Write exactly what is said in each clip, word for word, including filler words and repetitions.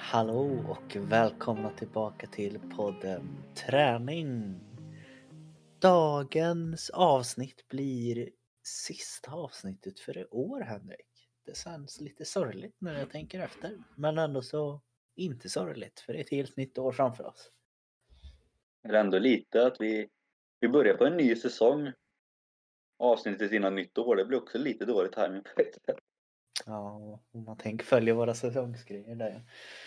Hallå och välkomna tillbaka till podden Träning. Dagens avsnitt blir sista avsnittet för i år, Henrik. Det känns lite sorgligt när jag tänker efter, men ändå så inte sorgligt för det är ett helt nytt år framför oss. Det är ändå lite att vi, vi börjar på en ny säsong. Avsnittet innan nytt år, det blir också lite dålig timing på ett sätt. Ja, om man tänker följa våra säsongsgrejer där.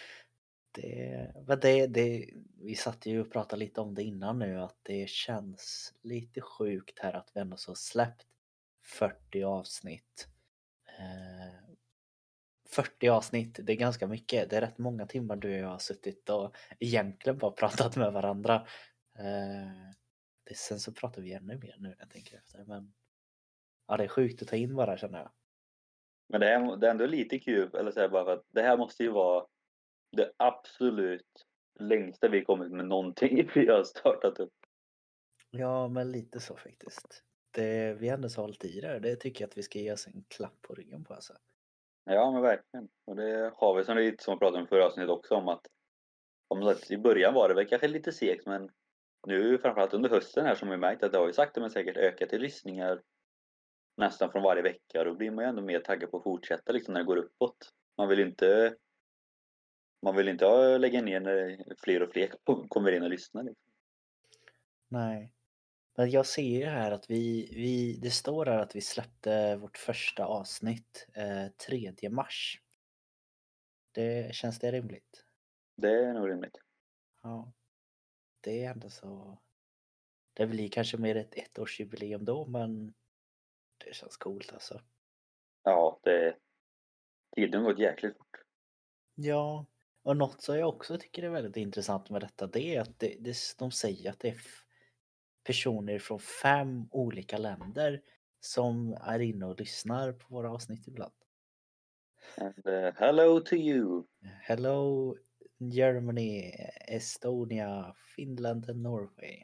Det, men det, det, vi satt ju och pratade lite om det innan nu, att det känns lite sjukt här att vi ändå så släppt fyrtio avsnitt. Eh, fyrtio avsnitt, det är ganska mycket. Det är rätt många timmar du och jag har suttit och egentligen bara pratat med varandra. Eh, det, sen så pratar vi ännu mer nu när jag tänker efter. Men ja, det är sjukt att ta in bara, känner jag. Men det, är, det är ändå lite kul, eller så här, bara för att det här måste ju vara det absolut längsta vi kommit med någonting vi har startat upp. Ja, men lite så faktiskt. Det, vi har ändå så hållit i det. Det tycker jag att vi ska ge oss en klapp på ryggen på. Alltså. Ja, men verkligen. Och det har vi som lite som vi pratade om förra avsnittet också om att om sagt, i början var det väl kanske lite segt, men nu framförallt under hösten här som vi märkt att det har ju sakta men säkert ökat i lyssningar nästan från varje vecka. Då blir man ju ändå mer taggad på att fortsätta liksom när det går uppåt. Man vill inte Man vill inte ha, lägga ner när fler och fler kommer in och lyssnar. Liksom. Nej. Men jag ser ju här att vi, vi, det står här att vi släppte vårt första avsnitt eh, tredje mars. Det, känns det rimligt? Det är nog rimligt. Ja. Det är ändå så... Det blir kanske mer ett ettårsjubileum då, men det känns coolt alltså. Ja, det, tiden har gått jäkligt fort. Ja, och något som jag också tycker är väldigt intressant med detta, det är att det, det, de säger att det är f- personer från fem olika länder som är inne och lyssnar på våra avsnitt ibland. And, uh, hello to you! Hello Germany, Estonia, Finland och Norway.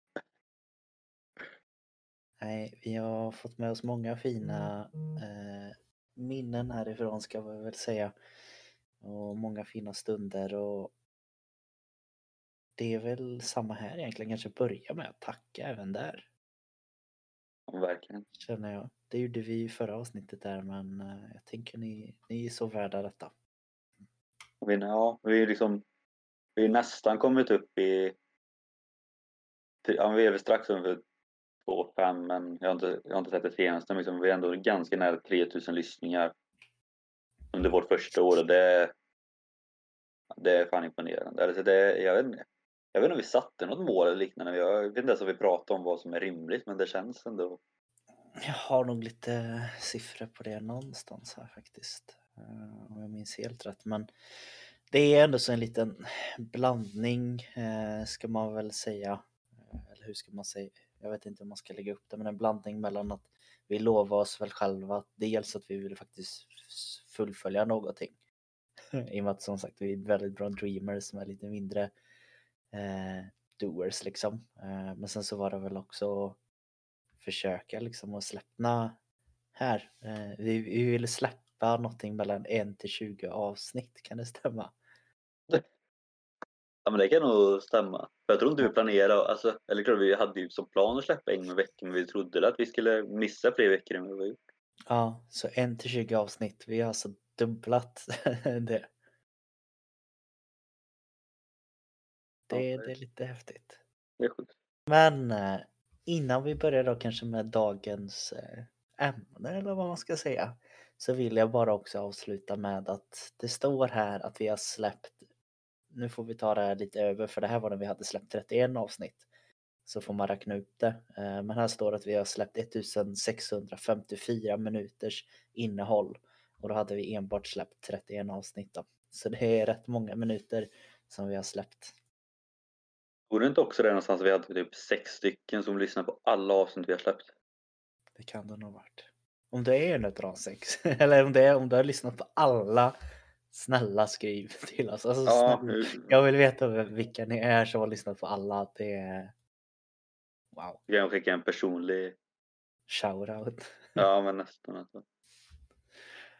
Nej, vi har fått med oss många fina eh, minnen härifrån, ska vi väl säga. Och många fina stunder, och det är väl samma här egentligen, kanske börja med att tacka även där. Ja, verkligen. Känner jag. Det gjorde vi i förra avsnittet där, men eh, jag tänker ni, ni är så värda detta. Vi, ja, vi är liksom, vi är nästan kommit upp i, ja, vi är väl strax över två fem, men jag har inte, jag har inte sett det senaste, men liksom, vi är ändå ganska nära tre tusen lyssningar under vårt första år och det, det är fan imponerande. Alltså det, jag vet inte. Jag vet inte om vi satte något mål eller liknande. Jag vet inte ens om vi pratade om vad som är rimligt, men det känns ändå. Jag har nog lite siffror på det någonstans här faktiskt. eh, Om jag minns helt rätt. Men det är ändå så en liten blandning, eh, ska man väl säga. Eh, Eller hur ska man säga? Jag vet inte om man ska lägga upp det. Men en blandning mellan att vi lovar oss väl själva att dels att vi vill faktiskt fullfölja någonting. I och med att som sagt vi är väldigt bra dreamers som är lite mindre eh, doers liksom. Eh, men sen så var det väl också försöka liksom att släppa här. Eh, vi, vi ville släppa någonting mellan en till tjugo avsnitt, kan det stämma? Ja, men det kan nog stämma. För jag tror inte vi planerade, alltså, eller klart vi hade ju som plan att släppa en gång i veckan, men vi trodde att vi skulle missa fler veckor än vad vi har gjort. Ja, så en till tjugo avsnitt. Vi har alltså dubblat det. Ja, Det, det, det är lite häftigt. det är sjukt. Men eh, innan vi börjar då kanske med dagens eh, ämne eller vad man ska säga, så vill jag bara också avsluta med att det står här att vi har släppt, nu får vi ta det här lite över för det här var när vi hade släppt trettioett avsnitt, så får man räkna ut det. Eh, Men här står det att vi har släppt etttusensexhundrafemtiofyra minuters innehåll och då hade vi enbart släppt trettioett avsnitt då. Så det är rätt många minuter som vi har släppt. Vore det inte också det någonstans vi hade typ sex stycken som lyssnar på alla avsnitt vi har släppt? Det kan det nog ha varit. Om det är en av sex. Eller om det är om du har lyssnat på alla. Snälla skriv till oss. Alltså, Ja, snälla. hur- Jag vill veta vilka ni är som har lyssnat på alla. Det är... Wow. vi kan skicka en personlig, Shoutout. ja men nästan alltså.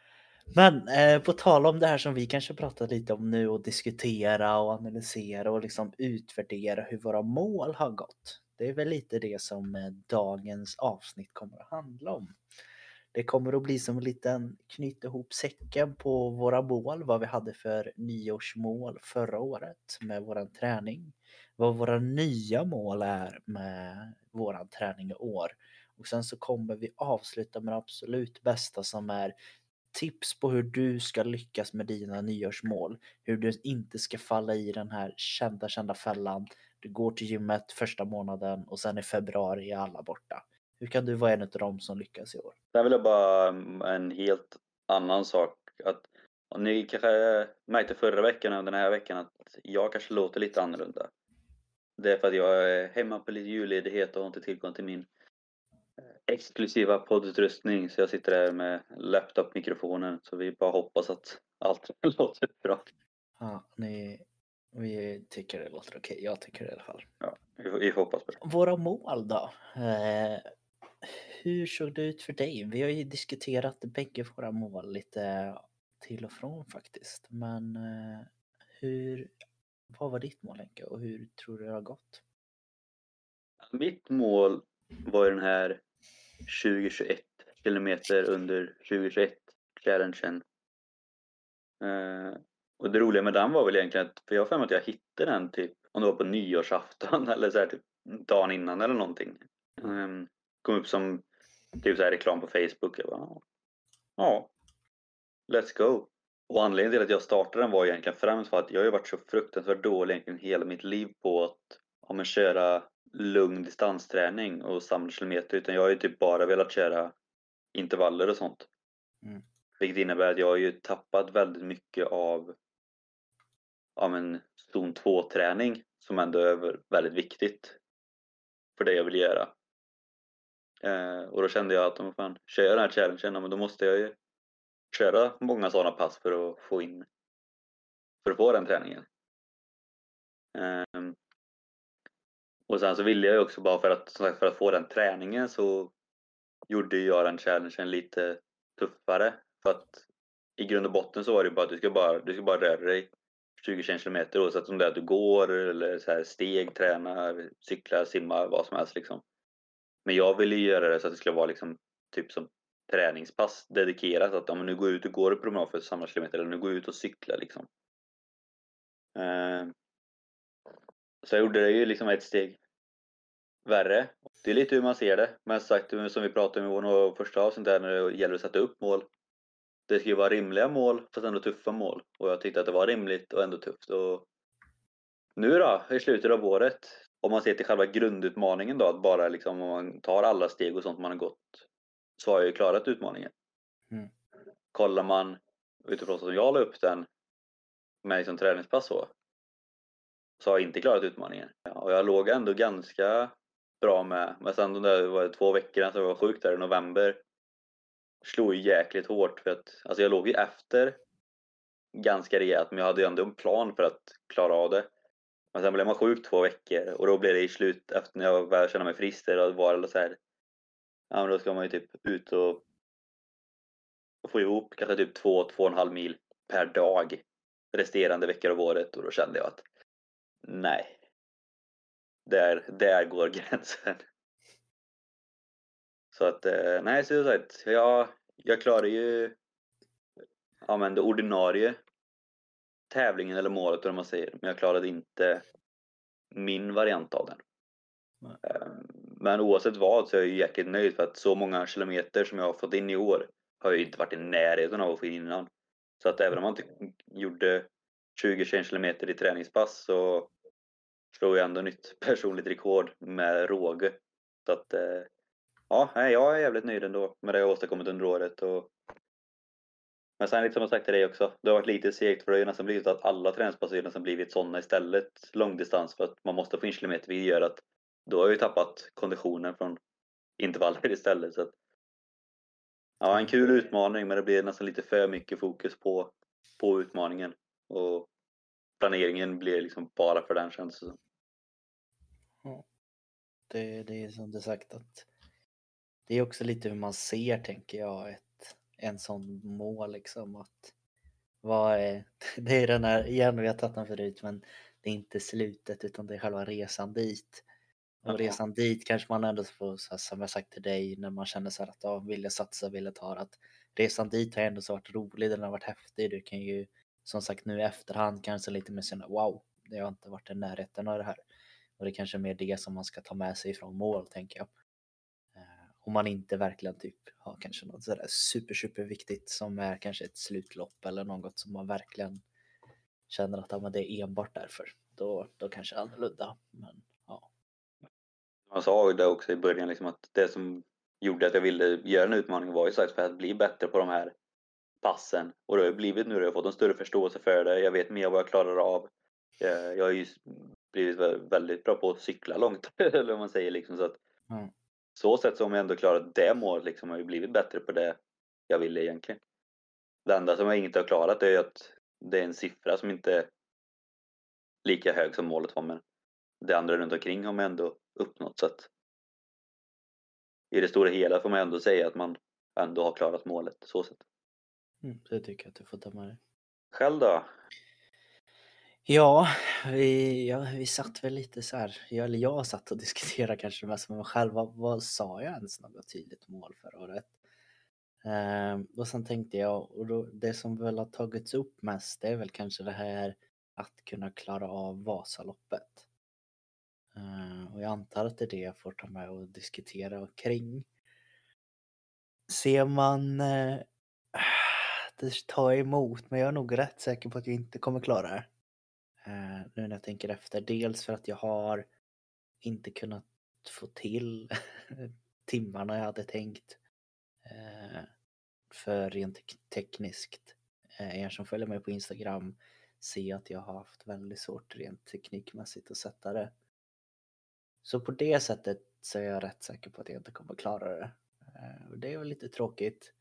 Men eh, på tal om det här som vi kanske pratar lite om nu och diskutera och analysera och liksom utvärdera hur våra mål har gått. Det är väl lite det som eh, dagens avsnitt kommer att handla om. Det kommer att bli som en liten knyta ihop säcken på våra mål, vad vi hade för nyårsmål förra året med våran träning. Vad våra nya mål är med våran träning i år. Och sen så kommer vi avsluta med det absolut bästa som är tips på hur du ska lyckas med dina nyårsmål. Hur du inte ska falla i den här kända, kända fällan. Du går till gymmet första månaden och sen i februari är alla borta. Hur kan du vara en av dem som lyckas i år? Där vill jag bara en helt annan sak. Att, och ni kanske märkte förra veckan och den här veckan att jag kanske låter lite annorlunda. Det är för att jag är hemma på lite julledighet och har inte tillgång till min exklusiva poddutrustning. Så jag sitter här med laptop-mikrofonen. Så vi bara hoppas att allt låter bra. Ja, ni, vi tycker det låter okej. Jag tycker det i alla fall. Ja, vi får, vi får hoppas på det. Våra mål då? Eh, hur såg det ut för dig? Vi har ju diskuterat bägge våra mål lite till och från faktiskt. Men eh, hur, vad var ditt mål Henke och hur tror du det har gått? Mitt mål var ju den här tjugohundratjugoett kilometer under tjugohundratjugoett challengen. Eh, och det roliga med den var väl egentligen att, för jag har för mig att jag hittade den typ, om det var på nyårsafton eller så här, typ dagen innan eller någonting. Um, kom upp som typ så här reklam på Facebook. Jag bara, ja, let's go. Och anledningen till att jag startade den var egentligen främst för att jag har ju varit så fruktansvärt dålig egentligen hela mitt liv på att ja, men köra lugn distansträning och samla kilometer. Utan jag har ju typ bara velat köra intervaller och sånt. Mm. Vilket innebär att jag har ju tappat väldigt mycket av ja, men zon två träning som ändå är väldigt viktigt för det jag vill göra. Eh, och då kände jag att om fan, kör jag den här challengen, men då måste jag ju köra många sådana pass för att få in för att få den träningen. Eh, och sen så ville jag ju också bara för att, som sagt, för att få den träningen så gjorde jag den challengen lite tuffare. För att i grund och botten så var det bara att du ska bara, du ska bara röra dig tjugo kilometer oavsett om det är att du går eller så här steg, tränar, cyklar, simmar, vad som helst liksom. Men jag ville ju göra det så att det skulle vara liksom typ som träningspass dedikerat. Att ja, men nu går jag ut och går en promenad för samma kilometer eller nu går jag ut och cyklar liksom. Eh, så jag gjorde det ju liksom ett steg värre. Det är lite hur man ser det. Men sagt, som vi pratade om i vår första avsnitt där när det gäller att sätta upp mål. Det ska ju vara rimliga mål fast ändå tuffa mål. Och jag tyckte att det var rimligt och ändå tufft. Och nu då, i slutet av året, om man ser till själva grundutmaningen då, att bara liksom om man tar alla steg och sånt man har gått, så har jag ju klarat utmaningen. Mm. Kollar man utifrån som jag la upp den med liksom träningspass så, så har jag inte klarat utmaningen. Ja, och jag låg ändå ganska bra med, men sen de där var det två veckorna som jag var sjuk där i november, slog ju jäkligt hårt för att, alltså jag låg ju efter ganska rejält, men jag hade ju ändå en plan för att klara av det. Men sen blev man sjuk två veckor och då blev det i slut efter när jag väl kände mig frisk och var eller så här. Ja, men då ska man ju typ ut och, och få ihop kanske typ två, två och en halv mil per dag resterande veckor av året och då kände jag att nej, där, där går gränsen. Så att, eh, nej, så sagt, jag, jag klarar ju ja, men det ordinarie tävlingen eller målet eller man säger, men jag klarade inte min variant av den. Nej. Men oavsett vad så är jag ju jäkligt nöjd för att så många kilometer som jag har fått in i år har jag inte varit i närheten av att få in innan. Så att även om man inte gjorde tjugo kilometer i träningspass så slår jag ändå nytt personligt rekord med råge. Så att ja, jag är jävligt nöjd ändå med det jag åstadkommit under året. Och men sen lite som jag sagt till dig också, det har varit lite segt för det har ju nästan blivit att alla träningspass har nästan blivit sådana istället långdistans för att man måste få in kilometer, vilket gör att då har jag ju tappat konditionen från intervaller istället. Så att, ja, en kul utmaning men det blir nästan lite för mycket fokus på, på utmaningen och planeringen blir liksom bara för den känns det som. Ja. Det, det är som du sagt att det är också lite hur man ser tänker jag ett, en sån mål liksom att vad är, det är den här, igen vi har tagit den förut, men det är inte slutet utan det är själva resan dit. Och Ja. resan dit kanske man ändå får, så här, som jag sagt till dig, när man känner så här att ja, vill jag satsa, vill jag ta det, att resan dit har ändå så varit rolig, den har varit häftig. Du kan ju som sagt nu i efterhand kanske lite mer känna wow, jag har inte varit i närheten av det här. Och det är kanske är mer det som man ska ta med sig från mål, tänker jag. Eh, Om man inte verkligen typ har kanske något sådär super super viktigt som är kanske ett slutlopp eller något som man verkligen känner att ja, men det är enbart därför. Då, då kanske det är annorlunda. Men ja. Man sa det också i början liksom att det som gjorde att jag ville göra en utmaning var ju sagt för att bli bättre på de här passen. Och det har ju blivit nu, jag har fått en större förståelse för det. Jag vet mer vad jag klarar av. Eh, Jag har ju blivit vä- väldigt bra på att cykla långt, eller vad man säger liksom. Så att Mm. så sätt som jag ändå klarat det målet liksom, har ju blivit bättre på det jag ville egentligen. Det enda som jag inte har klarat är ju att det är en siffra som inte är lika hög som målet var, men det andra runt omkring har man ändå uppnått. Så att i det stora hela får man ändå säga att man ändå har klarat målet. Så sätt. Mm, det tycker jag att du får ta med dig. Själv då? Ja, vi, ja, vi satt väl lite så här, jag, eller jag satt och diskuterade kanske mest med mig själv, vad, vad sa jag ens något tydligt mål förra året? Ehm, och sen tänkte jag, och då, det som väl har tagits upp mest det är väl kanske det här att kunna klara av Vasaloppet. Ehm, och jag antar att det är det jag får ta med och diskutera kring. Ser man eh, det tar emot, men jag är nog rätt säker på att jag inte kommer klara det. Eh, nu när jag tänker efter. Dels för att jag har inte kunnat få till timmarna jag hade tänkt. Eh, för rent tek- tekniskt. Eh, er som följer mig på Instagram ser att jag har haft väldigt svårt rent teknikmässigt att sätta det. Så på det sättet så är jag rätt säker på att jag inte kommer klara det. Eh, och det är väl lite tråkigt.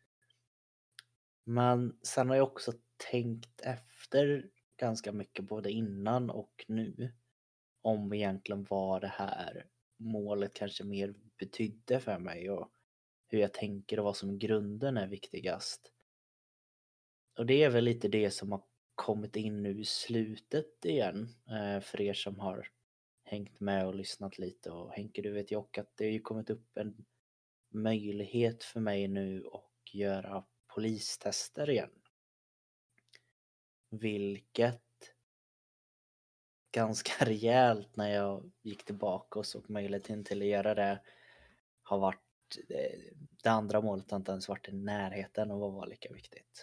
Men sen har jag också tänkt efter ganska mycket både innan och nu om egentligen vad det här målet kanske mer betydde för mig och hur jag tänker och vad som i grunden är viktigast. Och det är väl lite det som har kommit in nu i slutet igen eh, för er som har hängt med och lyssnat lite. Och Henke, du vet ju också att det har ju kommit upp en möjlighet för mig nu att göra polistester igen. Vilket ganska rejält när jag gick tillbaka och såg möjligheten till att göra det har varit det, det andra målet har inte ens varit i närheten av att vara lika viktigt.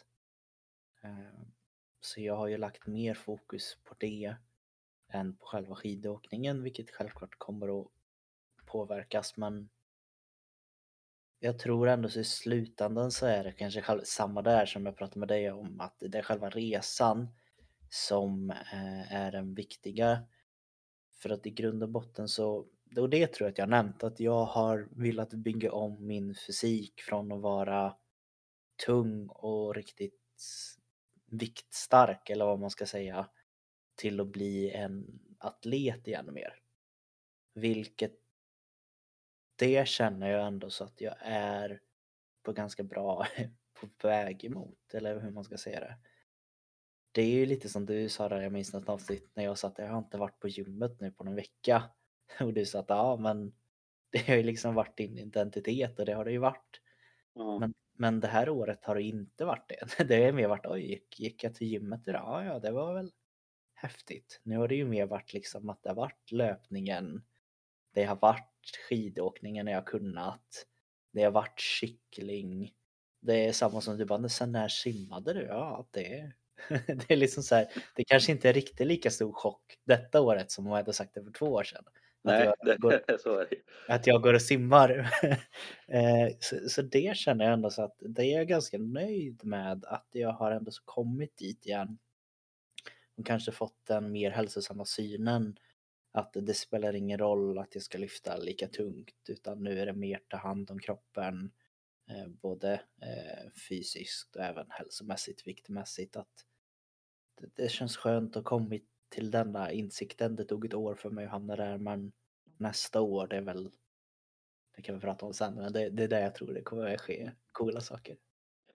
Så jag har ju lagt mer fokus på det än på själva skidåkningen, vilket självklart kommer att påverkas, men jag tror ändå så i slutändan så är det kanske själv, samma där som jag pratade med dig om, att det är själva resan som eh, är den viktiga. För att i grund och botten så, och det tror jag att jag har nämnt, att jag har velat bygga om min fysik från att vara tung och riktigt viktstark eller vad man ska säga till att bli en atlet igen mer. Vilket det känner jag ändå så att jag är på ganska bra på väg emot, eller hur man ska säga det. Det är ju lite som du sa där, jag minns något avsnitt när jag sa att jag har inte varit på gymmet nu på någon vecka. Och du sa att ja, men det har ju liksom varit din identitet och det har det ju varit. Ja. Men, men det här året har det inte varit det. Det har mer varit, oj, gick, gick jag till gymmet idag? Ja, ja, det var väl häftigt. Nu har det ju mer varit liksom att det har varit löpningen. Det har varit skidåkningen när jag kunnat. Det har varit cykling. Det är samma som du bara, sen när simmade du? Ja, det, det är liksom så här, det kanske inte är riktigt lika stor chock detta året som om jag hade sagt det för två år sedan. Att Nej, jag det, går, så är det. att jag går och simmar. Eh, så, så det känner jag ändå så att det är jag ganska nöjd med att jag har ändå så kommit dit igen. Och kanske fått den mer hälsosamma synen att det spelar ingen roll att jag ska lyfta lika tungt utan nu är det mer ta hand om kroppen eh, både eh, fysiskt och även hälsomässigt, viktmässigt. Att det, det känns skönt att kommit till denna insikten. Det tog ett år för mig att hamna där, men nästa år det är väl, det kan vi prata om sen, men det, det är där jag tror det kommer att ske coola saker.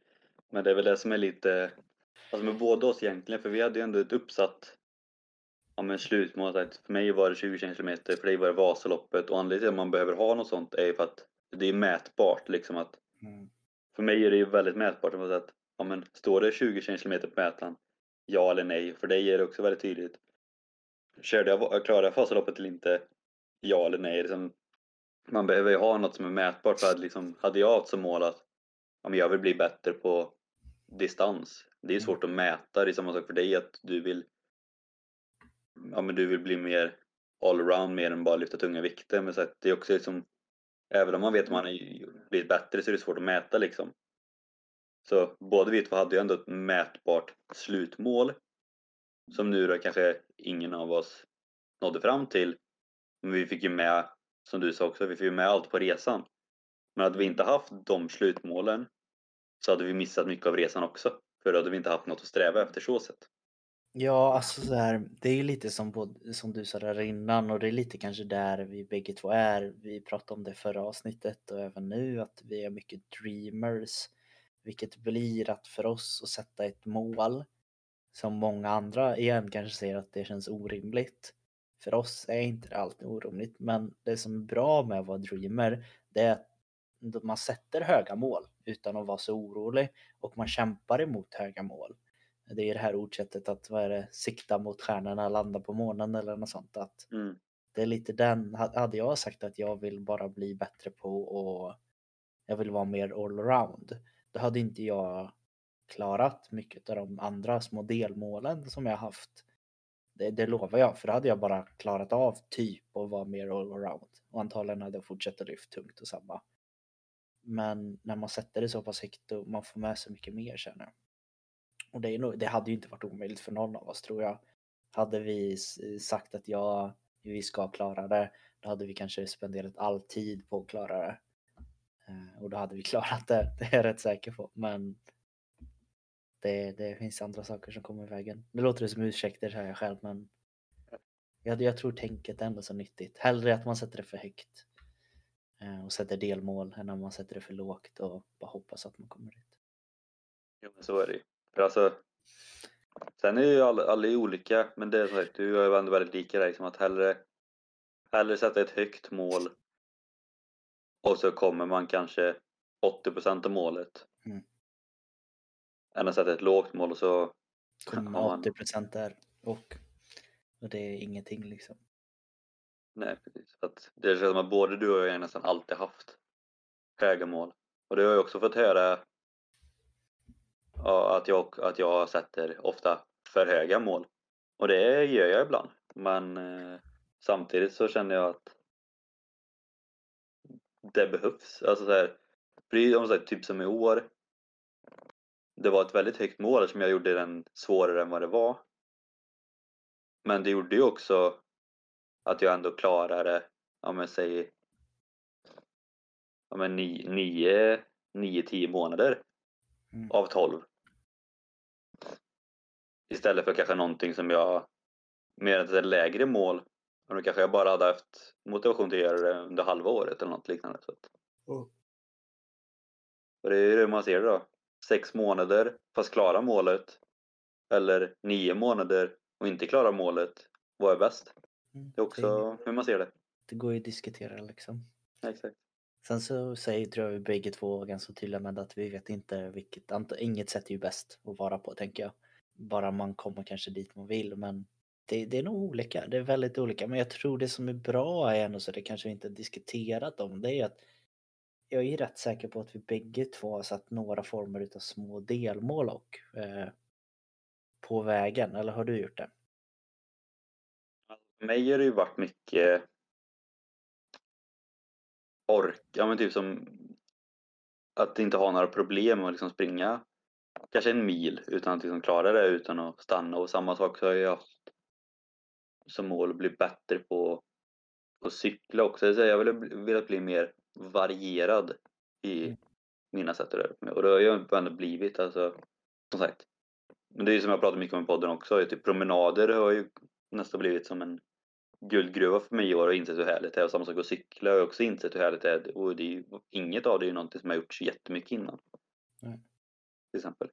Men det är väl det som är lite, alltså med båda oss egentligen, för vi hade ju ändå ett uppsatt, ja men slutmål, att för mig var det tjugo kilometer, för dig var det Vasaloppet, och anledningen till att man behöver ha något sånt är ju för att det är mätbart liksom att, Mm. för mig är det ju väldigt mätbart att, ja men står det tjugo kilometer på mätaren, ja eller nej, för dig är det också väldigt tydligt. Körde jag, klarade jag Vasaloppet eller inte, ja eller nej, liksom, man behöver ju ha något som är mätbart, för att liksom, hade jag haft som mål att, ja men jag vill bli bättre på distans, det är Mm. svårt att mäta, det är samma sak för dig att du vill, ja men du vill bli mer allround, mer än bara lyfta tunga vikter, men så att det är också liksom, även om man vet att man har blivit bättre, så är det svårt att mäta liksom. Så både vi två hade ju ändå ett mätbart slutmål, som nu då kanske ingen av oss nådde fram till, men vi fick ju med, som du sa också, vi fick ju med allt på resan. Men hade vi inte haft de slutmålen, så hade vi missat mycket av resan också, för då hade vi inte haft något att sträva efter så sätt. Ja, alltså så här, det är ju lite som, både, som du sa där innan, och det är lite kanske där vi bägge två är. Vi pratade om det förra avsnittet och även nu, att vi är mycket dreamers. Vilket blir att för oss att sätta ett mål som många andra igen kanske säger att det känns orimligt. För oss är inte det alltid orimligt, men det som är bra med att vara dreamer, det är att man sätter höga mål utan att vara så orolig, och man kämpar emot höga mål. Det är det här ordsättet att, vad är det, sikta mot stjärnorna, landa på månen eller något sånt. Att Mm. det är lite den, hade jag sagt att jag vill bara bli bättre på och jag vill vara mer allround, då hade inte jag klarat mycket av de andra små delmålen som jag haft. Det, det lovar jag, för då hade jag bara klarat av typ och vara mer allround. Och antagligen hade jag fortsatt lyft tungt och samma. Men när man sätter det så pass högt och man får med sig mycket mer, känner jag. Och det, är nog, det hade ju inte varit omöjligt för någon av oss, tror jag. Hade vi sagt att ja, vi ska klara det, då hade vi kanske spenderat all tid på att klara det. Och då hade vi klarat det, det är jag rätt säker på. Men det, det finns andra saker som kommer i vägen. Det låter som ursäkter, säger jag själv, men jag, jag tror tänket är ändå så nyttigt. Hellre att man sätter det för högt och sätter delmål än att man sätter det för lågt och bara hoppas att man kommer dit. Jo, men så är det ju. För alltså, sen är ju alla, alla är olika, men det är så här, du är ju ändå väldigt lika dig, som att hellre, hellre sätta ett högt mål och så kommer man kanske åttio procent av målet. Mm. Än att sätta ett lågt mål och så Kommer har man... åttio procent där och, och det är ingenting liksom. Nej, precis. För att det känns som att både du och jag nästan alltid haft höga mål. Och det har jag också fått höra, ja, att jag, att jag sätter ofta för höga mål. Och det gör jag ibland. Men eh, samtidigt så känner jag att det behövs. Alltså så här, för om så här, typ som i år. Det var ett väldigt högt mål som jag gjorde den svårare än vad det var. Men det gjorde ju också att jag ändå klarade, ja men säg, ja men nio, nio, nio, tio månader Mm. av tolv. Istället för kanske någonting som jag, mer än ett lägre mål, och då kanske jag bara hade haft motivation till att göra det under halva året eller något liknande. Så att, Oh. och det är ju det man ser då. Sex månader fast klara målet. Eller nio månader och inte klara målet. Vad är bäst? Mm. Det är också det, hur man ser det. det går ju att diskutera liksom. Exakt. Sen så säger, tror jag vi bägge två ganska tydliga med att vi vet inte vilket, inget sätt är ju bäst att vara på, tänker jag. Bara man kommer kanske dit man vill, men det, det är nog olika, det är väldigt olika. Men jag tror det som är bra är ändå, så det kanske vi inte diskuterat om, det är att jag är rätt säker på att vi bägge två har satt några former av små delmål och eh, på vägen, eller har du gjort det? För mig har det ju varit mycket ork, ja men typ som att inte ha några problem med att liksom springa kanske en mil utan att liksom klara det utan att stanna. Och samma sak så har jag haft som mål att bli bättre på att cykla också. Så jag vill vilja bli mer varierad i Mm. mina sätt att röra mig. Och det har jag ändå blivit, alltså, som sagt. Men det är ju som jag pratar mycket om i podden också, typ promenader har ju nästan blivit som en guldgruva för mig i år och insett hur härligt det är. Och samma sak att cykla har jag också insett hur härligt det är. Och det är ju, inget av det är ju någonting som jag har gjort så jättemycket innan. Nej. till exempel.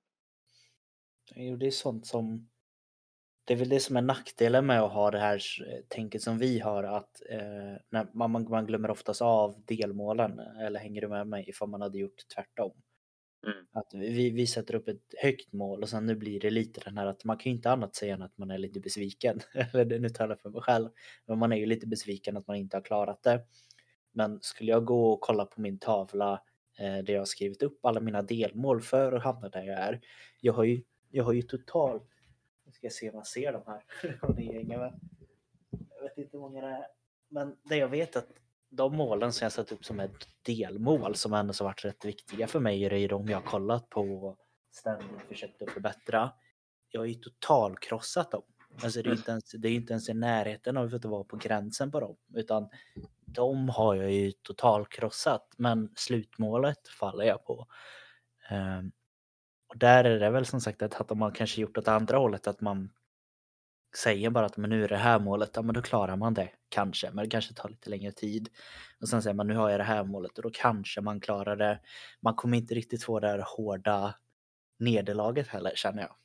Jo, det är sånt som... Det är väl det som är nackdelen med att ha det här eh, tänket som vi har, att eh, när man, man, man glömmer oftast av delmålen, eller hänger du med mig, ifall man hade gjort tvärtom. Mm. Att vi, vi sätter upp ett högt mål och sen nu blir det lite den här att man kan ju inte annat säga än att man är lite besviken. Eller det nu talar jag för mig själv. Men man är ju lite besviken att man inte har klarat det. Men skulle jag gå och kolla på min tavla eh, där jag har skrivit upp alla mina delmål för att hamna där jag är. Jag har ju, jag har ju total... Nu ska jag se om man ser de här. Om ni hänger med. Jag vet inte hur många det är. Men det jag vet att de målen som jag satt upp som ett delmål som ändå har varit rätt viktiga för mig är ju de jag har kollat på och ständigt försökt att förbättra. Jag har ju totalkrossat dem. Alltså det är inte ens, det är inte ens i närheten av att vara på gränsen på dem. Utan de har jag ju totalkrossat. Men slutmålet faller jag på. Um, och där är det väl som sagt att hade man kanske gjort åt andra hållet, att man säger bara att men nu är det här målet, ja men då klarar man det kanske, men det kanske tar lite längre tid. Och sen säger man nu har jag det här målet och då kanske man klarar det. Man kommer inte riktigt få det här hårda nederlaget heller, känner jag.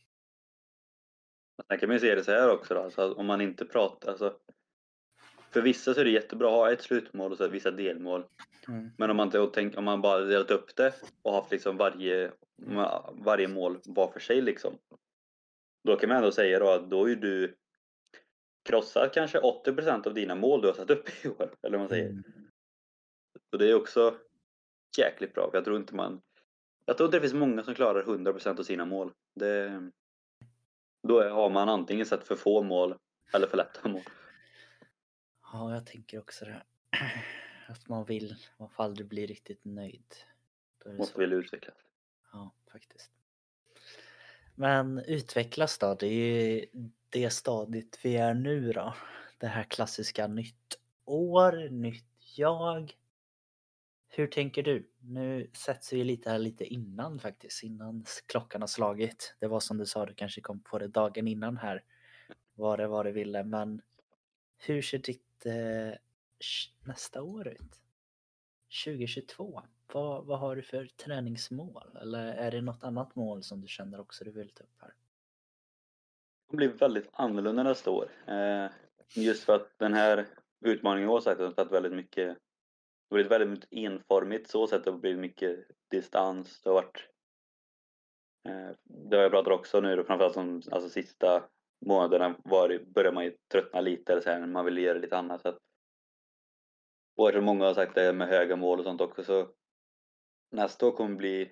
Sen kan man ju se det så här också då, alltså om man inte pratar, alltså för vissa så är det jättebra att ha ett slutmål och så vissa delmål. Mm. Men om man inte tänker, om man bara delat upp det och haft liksom varje, varje mål var för sig liksom. Då kan man ändå säga då att då är du krossat kanske åttio procent av dina mål du har satt upp i år, eller vad man säger. Mm. Så det är också jäkligt bra, för jag tror inte man, jag tror inte det finns många som klarar hundra procent av sina mål. Det, då är, har man antingen sett för få mål eller för lätta mål. Ja, jag tänker också det. Att man vill, man får aldrig bli riktigt nöjd. Då är det Måste så. vilja utvecklas. Ja, faktiskt. Men utvecklas då, det är ju det stadiet vi är nu då. Det här klassiska nytt år, nytt jag. Hur tänker du? Nu sätts vi lite här lite innan faktiskt, innan klockan har slagit. Det var som du sa, du kanske kom på det dagen innan här. Vad det var du ville, men hur ser ditt eh, nästa år ut? tjugohundratjugotvå. Vad, vad har du för träningsmål? Eller är det något annat mål som du känner också du vill ta upp här? Det blir väldigt annorlunda nästa år. Eh, just för att den här utmaningen har sagt att det har tagit väldigt mycket, det har blivit väldigt enformigt så sätt, det har blivit mycket distans. Det har varit, eh, det har jag pratat också nu då, framförallt som alltså sista månaderna var, börjar man ju tröttna lite eller så här, man vill göra lite annat. Så att, och eftersom många har sagt det med höga mål och sånt också, så nästa år kommer bli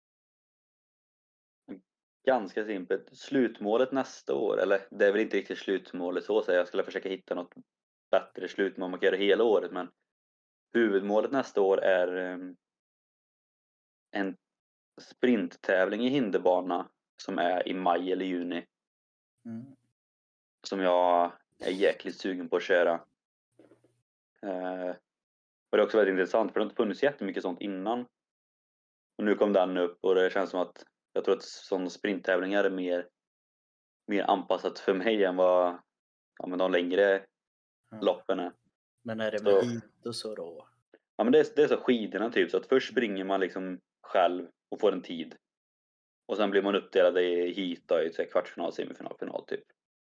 ganska simpelt. Slutmålet nästa år, eller det är väl inte riktigt slutmålet så att säga. Jag skulle försöka hitta något bättre slutmål man kan göra hela året, men huvudmålet nästa år är um, en sprinttävling i hinderbana som är i maj eller juni. Mm. Som jag är jäkligt sugen på att köra. Uh, och det är också väldigt intressant för det har inte funnits jättemycket sånt innan. Och nu kom den upp och det känns som att jag tror att sådana sprinttävlingar är mer, mer anpassat för mig än vad ja, men de längre Ja. loppen är. Men är det Så- med hit och så då? Ja, men det är, det är så skidorna typ, så att först springer man liksom själv och får en tid. Och sen blir man uppdelad i heat då, i så här kvartsfinal, semifinal, final typ.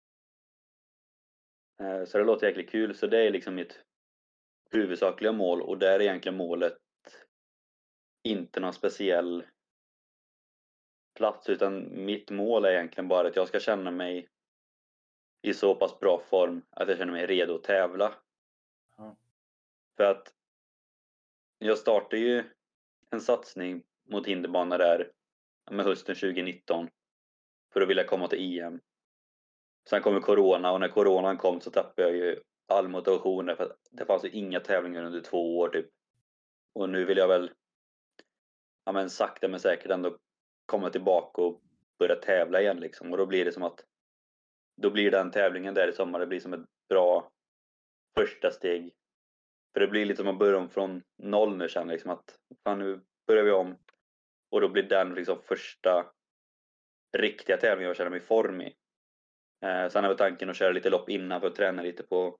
Eh, Så det låter jäkligt kul, så det är liksom mitt huvudsakliga mål och där är egentligen målet inte någon speciell plats, utan mitt mål är egentligen bara att jag ska känna mig i så pass bra form att jag känner mig redo att tävla. Ja. För att jag startade ju en satsning mot hinderbana där med hösten tjugonitton för att vilja komma till E M. Sen kom corona och när coronan kom så tappade jag ju all motivation därför att det fanns ju inga tävlingar under två år typ. Och nu vill jag väl ja, men sakta men säkert ändå komma tillbaka och börja tävla igen liksom. Och då blir det som att då blir den tävlingen där i sommar, det blir som ett bra första steg. För det blir lite som att börja om från noll nu, känner liksom att fan, nu börjar vi om. Och då blir den liksom första riktiga tävlingen jag känner mig i form i. Eh, sen har vi tanken att köra lite lopp innan för att träna lite på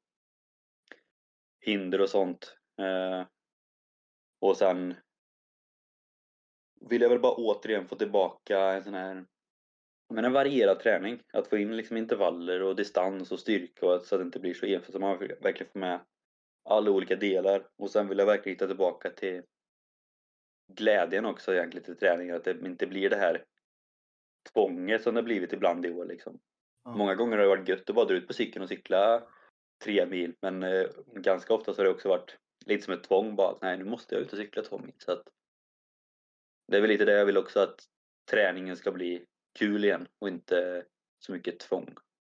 hinder och sånt. Eh, och sen vill jag väl bara återigen få tillbaka en sån här, men en varierad träning. Att få in liksom intervaller och distans och styrka och så att det inte blir så enfalt. Så man verkligen får med alla olika delar. Och sen vill jag verkligen hitta tillbaka till glädjen också egentligen till träningen. Att det inte blir det här tvånget som det blivit ibland i år liksom. Ja. Många gånger har det varit gött att bara dra ut på cykeln och cykla tre mil. Men eh, ganska ofta så har det också varit lite som ett tvång bara. Att, nej, nu måste jag ut och cykla två mil. Så att det är väl lite det jag vill också, att träningen ska bli kul igen och inte så mycket tvång.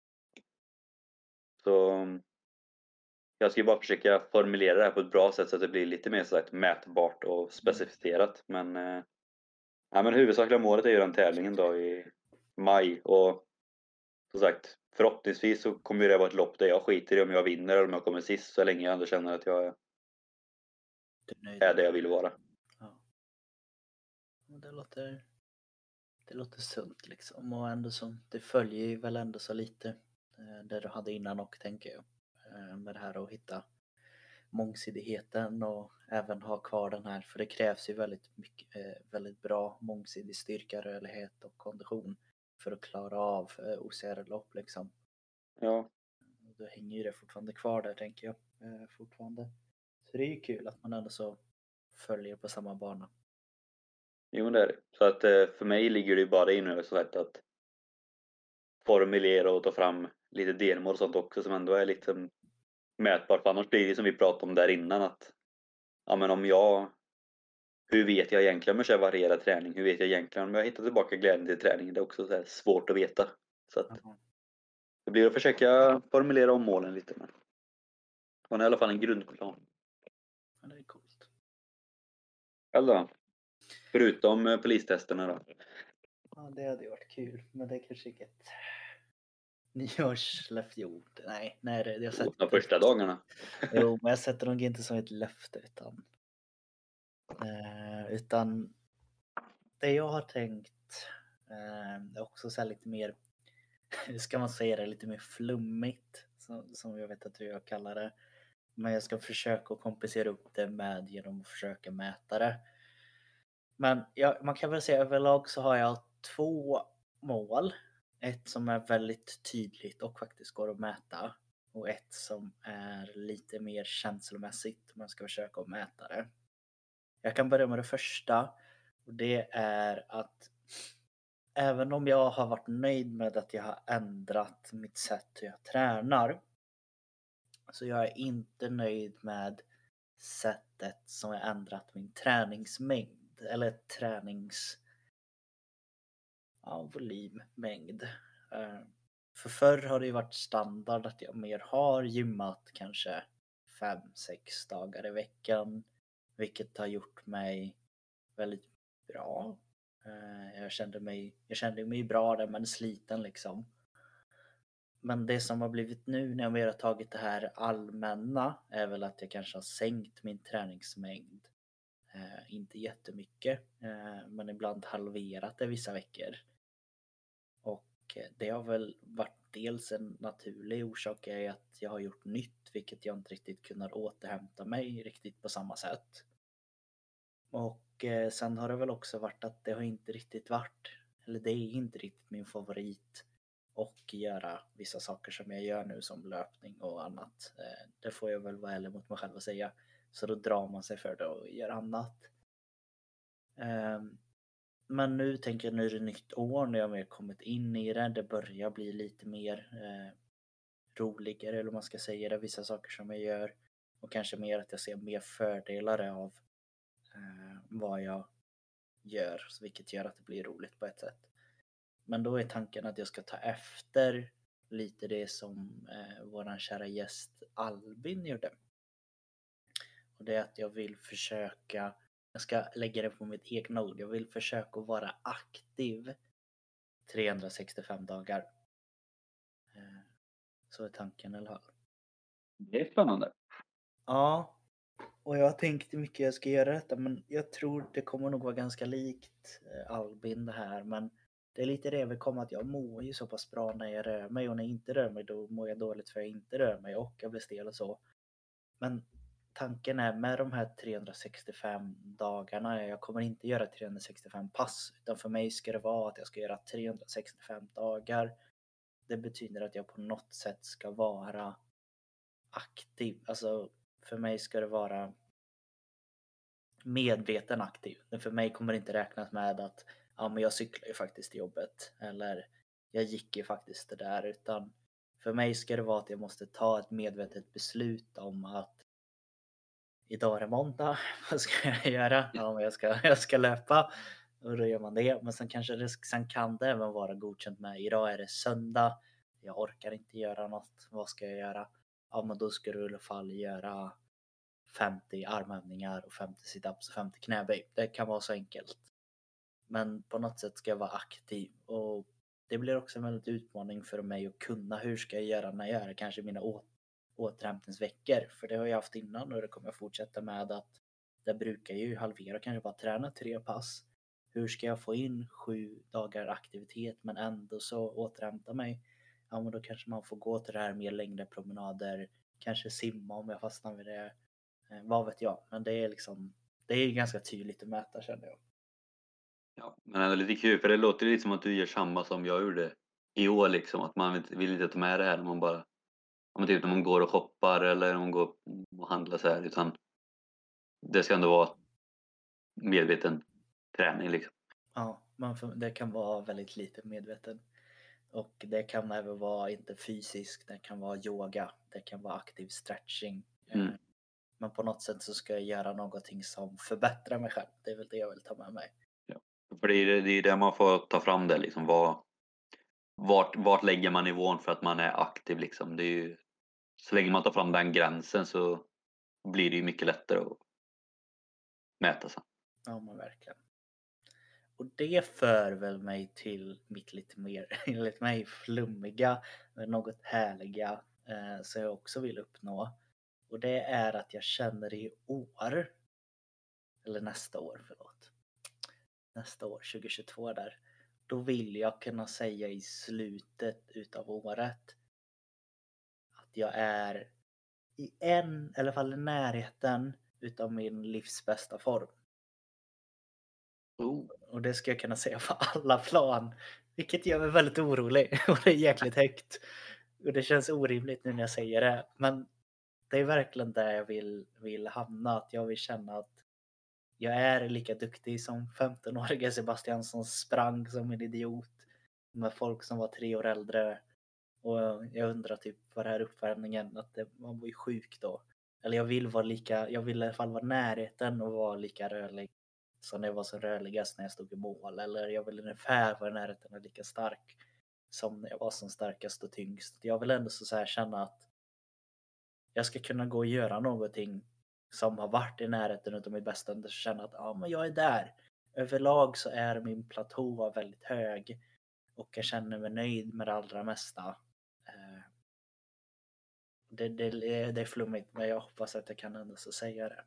Så jag ska ju bara försöka formulera det här på ett bra sätt så att det blir lite mer så att mätbart och specificerat. Men, eh, ja, men huvudsakliga målet är ju den tävlingen då i maj. Och som sagt, förhoppningsvis så kommer det vara ett lopp där jag skiter i om jag vinner eller om jag kommer sist, så länge jag ändå känner att jag Du är nöjd? är det jag vill vara. Ja. Det låter, det låter sunt liksom, och ändå så, det följer ju väl ändå så lite eh, det du hade innan, och tänker jag, eh, med det här att hitta mångsidigheten och även ha kvar den här, för det krävs ju väldigt mycket, eh, väldigt bra mångsidig styrka, rörlighet och kondition för att klara av eh, O C R-lopp liksom. Ja, Då hänger ju det fortfarande kvar där, tänker jag, eh, fortfarande. Så det är ju kul att man ändå så följer på samma bana. jo men det är det. Så att eh, för mig ligger det ju bara in nu så att, att formulera och ta fram lite delmål och sånt också som ändå är lite mätbart. För annars blir det som vi pratade om där innan, att ja, men om jag, hur vet jag egentligen om jag kör varierad träning? Hur vet jag egentligen om jag hittar tillbaka glädjen till träningen? Det är också så här svårt att veta. Så att Jaha. det blir att försöka formulera om målen lite. Men man har i alla fall en grundplan. Ja, det är coolt. Eller förutom eh, polistesterna då. Ja, det hade ju varit kul, men det är kanske inget nyårslöfte. Jo, nej, nej, det jag sätter De första dagarna. Jo, men jag sätter nog inte som ett löfte, utan eh, utan det jag har tänkt eh, är också så här lite mer, hur ska man säga det, lite mer flummigt, som, som jag vet att jag kallar det. Men jag ska försöka att kompensera upp det med genom att försöka mäta det. Men ja, man kan väl säga överlag så har jag två mål. Ett som är väldigt tydligt och faktiskt går att mäta. Och ett som är lite mer känslomässigt om man ska försöka att mäta det. Jag kan börja med det första. Och det är att även om jag har varit nöjd med att jag har ändrat mitt sätt hur jag tränar, så jag är inte nöjd med sättet som jag ändrat min träningsmängd. Eller tränings... Ja, volymmängd. Uh, för förr har det ju varit standard att jag mer har gymmat kanske fem sex dagar i veckan. Vilket har gjort mig väldigt bra. Uh, jag kände mig, jag kände mig bra där, men sliten liksom. Men det som har blivit nu när jag mer har tagit det här allmänna är väl att jag kanske har sänkt min träningsmängd. Eh, inte jättemycket, eh, men ibland halverat det vissa veckor. Och det har väl varit dels en naturlig orsak är att jag har gjort nytt, vilket jag inte riktigt kunnat återhämta mig riktigt på samma sätt. Och eh, sen har det väl också varit att det har inte riktigt varit, eller det är inte riktigt min favorit och göra vissa saker som jag gör nu, som löpning och annat. Eh, det får jag väl vara ärlig mot mig själv och säga. Så då drar man sig för det och gör annat. Eh, men nu tänker jag, nu är det nytt år, när jag mer kommit in i det. Det börjar bli lite mer eh, roligare, eller man ska säga det, vissa saker som jag gör. Och kanske mer att jag ser mer fördelar av eh, vad jag gör, vilket gör att det blir roligt på ett sätt. Men då är tanken att jag ska ta efter lite det som eh, våran kära gäst Albin gjorde. Och det är att jag vill försöka, jag ska lägga det på mitt egna ord, jag vill försöka vara aktiv trehundrasextiofem dagar. Eh, så är tanken, eller hur? Det är spännande. Ja, och jag har tänkt hur mycket jag ska göra detta, men jag tror det kommer nog vara ganska likt eh, Albin det här, men det är lite det jag vill komma, att jag mår ju så pass bra när jag rör mig, och när jag inte rör mig då mår jag dåligt för jag inte rör mig och jag blir stel och så. Men tanken är med de här trehundrasextiofem dagarna, jag kommer inte göra trehundrasextiofem pass, utan för mig ska det vara att jag ska göra trehundrasextiofem dagar. Det betyder att jag på något sätt ska vara aktiv. Alltså för mig ska det vara medveten aktiv. Men för mig kommer det inte räknas med att ja, men jag cyklar ju faktiskt till jobbet eller jag gick ju faktiskt det där, utan för mig ska det vara att jag måste ta ett medvetet beslut om att idag är det måndag, vad ska jag göra? Ja, men jag ska, jag ska löpa och då gör man det. Men sen kanske det, sen kan det även vara godkänt med idag är det söndag, jag orkar inte göra något, vad ska jag göra? Ja, men då ska du i alla fall göra femtio armhävningar och femtio situps och femtio knäböj. Det kan vara så enkelt. Men på något sätt ska jag vara aktiv och det blir också en väldigt utmaning för mig att kunna hur ska jag göra när jag är kanske mina å- återhämtningsveckor. För det har jag haft innan och det kommer jag fortsätta med att det brukar ju halvera, kanske bara träna tre pass. Hur ska jag få in sju dagar aktivitet men ändå så återhämta mig? Ja, men då kanske man får gå till det här med längre promenader, kanske simma om jag fastnar vid det. Eh, vad vet jag, men det är liksom, det är ganska tydligt att mäta känner jag. Ja, men det är lite kul för det låter lite som att du gör samma som jag gjorde i år liksom. Att man vill, vill inte ta med det här när man bara, om man typ när man går och shoppar eller när man går och handlar så här. Utan det ska ändå vara medveten träning liksom. Ja, man får, det kan vara väldigt lite medveten. Och det kan även vara inte fysisk, det kan vara yoga, det kan vara aktiv stretching. Mm. Eh, Men på något sätt så ska jag göra någonting som förbättrar mig själv. Det är väl det jag vill ta med mig. Ja. För det är det är där man får ta fram det liksom. Vad, vart, vart lägger man nivån för att man är aktiv liksom. Det är ju, så länge man tar fram den gränsen så blir det ju mycket lättare att mäta sen. Ja, men verkligen. Och det för väl mig till mitt lite mer, enligt mig, flummiga, men något härliga eh, som jag också vill uppnå. Och det är att jag känner i år, eller nästa år, förlåt. Nästa år, tjugohundratjugotvå där. Då vill jag kunna säga i slutet utav året att jag är i en, eller i alla fall i närheten utav min livs bästa form. Oh. Och det ska jag kunna säga på alla plan. Vilket gör mig väldigt orolig. Och det är jäkligt högt. Och det känns orimligt nu när jag säger det. Men det är verkligen där jag vill, vill hamna. Att jag vill känna att jag är lika duktig som femton-åriga Sebastian som sprang som en idiot. Med folk som var tre år äldre. Och jag undrar typ vad det här uppvärmningen. Att det, man var ju sjuk då. Eller jag vill vara lika, jag vill i alla fall vara närheten och vara lika rörlig som när jag var som rörligast när jag stod i mål. Eller jag vill ungefär vara i närheten och lika stark som när jag var som starkast och tyngst. Jag vill ändå så här känna att jag ska kunna gå och göra någonting som har varit i närheten av mitt bästa. Och känna att ja, men jag är där. Överlag så är min platå väldigt hög. Och jag känner mig nöjd med det allra mesta. Det, det, det är flummigt, men jag hoppas att jag kan ändå så säga det.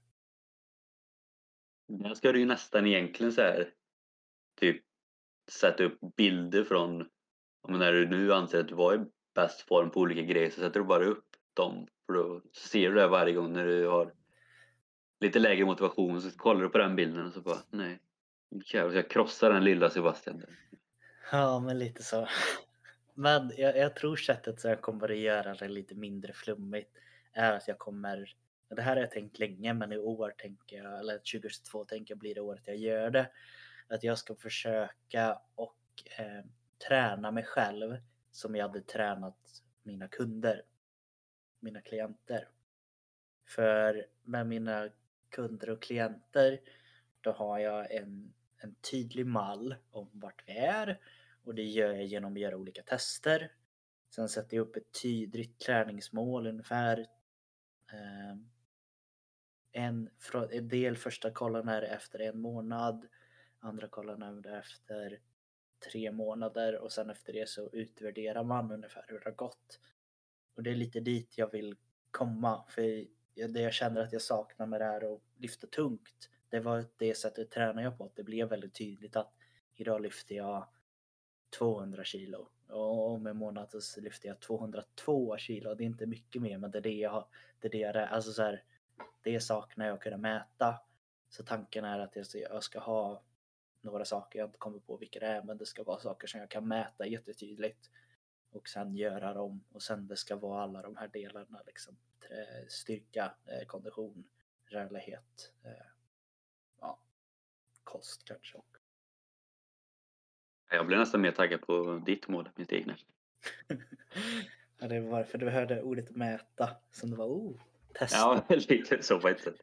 Där ska du ju nästan egentligen så här typ sätta upp bilder från om när du nu anser att du var i bäst form på olika grejer så sätter du bara upp dem för då ser du det varje gång när du har lite lägre motivation så kollar du på den bilden och så bara nej, jävlar, jag krossar den lilla Sebastian där. Ja, men lite så. Men jag, jag tror sättet som jag kommer att göra det lite mindre flummigt är att jag kommer, det här har jag tänkt länge men i år tänker jag, eller tjugohundratjugotvå tänker jag blir det året jag gör det. Att jag ska försöka och eh, träna mig själv som jag hade tränat mina kunder, mina klienter. För med mina kunder och klienter då har jag en, en tydlig mall om vart vi är och det gör jag genom att göra olika tester. Sen sätter jag upp ett tydligt träningsmål ungefär. Eh, en, en del första kollen är efter en månad, andra kollen är efter tre månader och sen efter det så utvärderar man ungefär hur det har gått. Och det är lite dit jag vill komma för det jag känner att jag saknar med det här att lyfta tungt. Det var det sättet tränar jag på. Det blev väldigt tydligt att idag lyfter jag tvåhundra kilo och om en månad så lyfter jag tvåhundratvå kilo. Det är inte mycket mer men det är det jag har. Det är det jag är. Alltså så här, det saknar jag kunna mäta. Så tanken är att jag ska, jag ska ha några saker, jag inte kommer på vilka det är, men det ska vara saker som jag kan mäta jättetydligt. Och sen göra dem, och sen det ska vara alla de här delarna liksom. Styrka, eh, kondition, rörlighet, eh, ja, kost kanske också. Jag blir nästan mer taggad på ditt mål, mitt egna. Ja, det var varför du hörde ordet mäta som det var, oh, testa. Ja, lite så på ett sätt.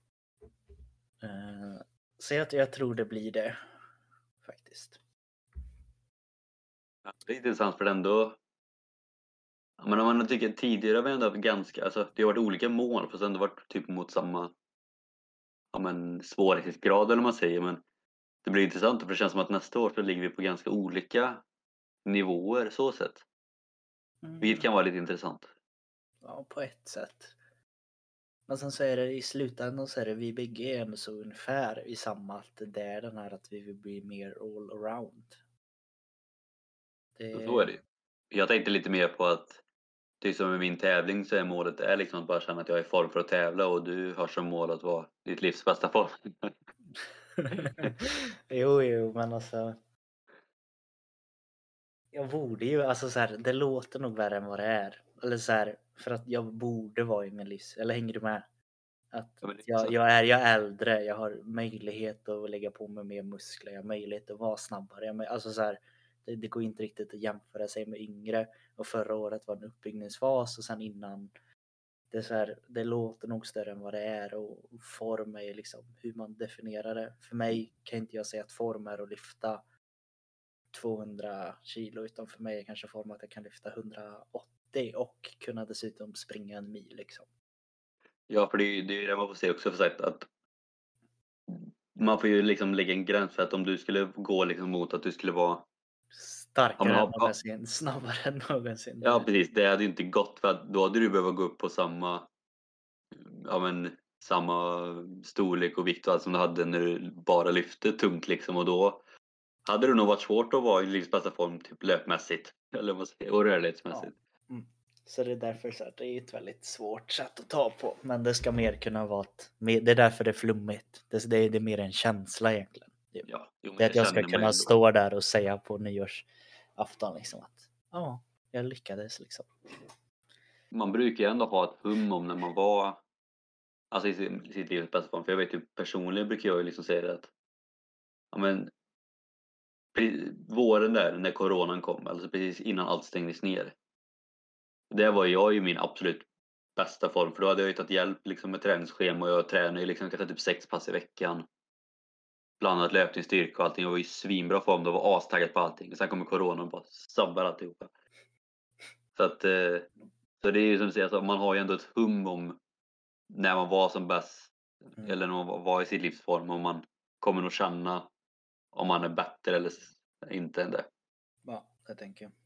Uh, så jag, jag tror det blir det faktiskt. Ja, det är intressant för ändå. Men om man tycker tidigare har vi ändå haft ganska, alltså det har varit olika mål fast ändå varit typ mot samma, ja men svårighetsgrad eller vad man säger, men det blir intressant för det känns som att nästa år så ligger vi på ganska olika nivåer så sett. Mm. Vilket kan vara lite intressant. Ja, på ett sätt. Men sen så är det i slutändan så är det vi bägge är ändå så ungefär i samma, att det är den här att vi vill bli mer all around. Det... Så är det ju. Jag tänkte lite mer på att det är som med min tävling så är målet är liksom att bara känna att jag är i form för att tävla och du har som mål att vara ditt livs bästa form. jo, jo, men alltså jag borde ju, alltså så här, det låter nog värre än vad det är. Eller så här, för att jag borde vara i min livs, eller hänger du med? Att Ja, men det är jag, så. jag, är, jag är äldre, jag har möjlighet att lägga på mig mer muskler, jag har möjlighet att vara snabbare. Jag, alltså så här, det, det går inte riktigt att jämföra sig med yngre. Och förra året var en uppbyggningsfas och sen innan. Det, är så här, det låter nog större än vad det är, och form är liksom hur man definierar det. För mig kan inte jag säga att form är att lyfta tvåhundra kilo, utan för mig är kanske form att jag kan lyfta hundraåttio och kunna dessutom springa en mil liksom. Ja, för det är ju det, är det man får se också för sagt att man får ju liksom lägga en gräns för att om du skulle gå liksom mot att du skulle vara Starkare ja, än men, någonsin, snabbare än någonsin. ja precis, det hade ju inte gått för att då hade du behövt gå upp på samma ja men samma storlek och vikt och allt som du hade när du bara lyfte tungt liksom, och då hade det nog varit svårt att vara i livs bästa form typ löpmässigt eller vad säger, och rörlighetsmässigt. Ja. Mm. Så det är därför så att det är ett väldigt svårt sätt att ta på, men det ska mer kunna vara ett, det är därför det är flummigt. Det, det, är, det är mer en känsla egentligen. Det, Ja, jo, men det är att jag ska känner man kunna ändå. stå där och säga på nyårsafton liksom att ja, jag lyckades liksom. Man brukar ju ändå ha ett hum om när man var alltså i sitt, i sitt livs bästa form, för jag vet ju personligen brukar jag ju liksom säga det att ja men pre- våren där när coronan kom, alltså precis innan allt stängdes ner. Det var jag i min absolut bästa form, för då hade jag ju tagit hjälp liksom med träningsschema och jag tränar ju liksom kanske typ sex pass i veckan. Blandat löpningsstyrka och allting. Jag var i svinbra form, då var astaggad på allting. Och sen kommer corona och bara sabbar alltihopa. Så att eh, så det är ju som du säger, alltså, man har ju ändå ett hum om när man var som bäst Mm. eller när man var- var i sin livsform, och man kommer nog känna om man är bättre eller s- inte än det. Ja, det tänker jag.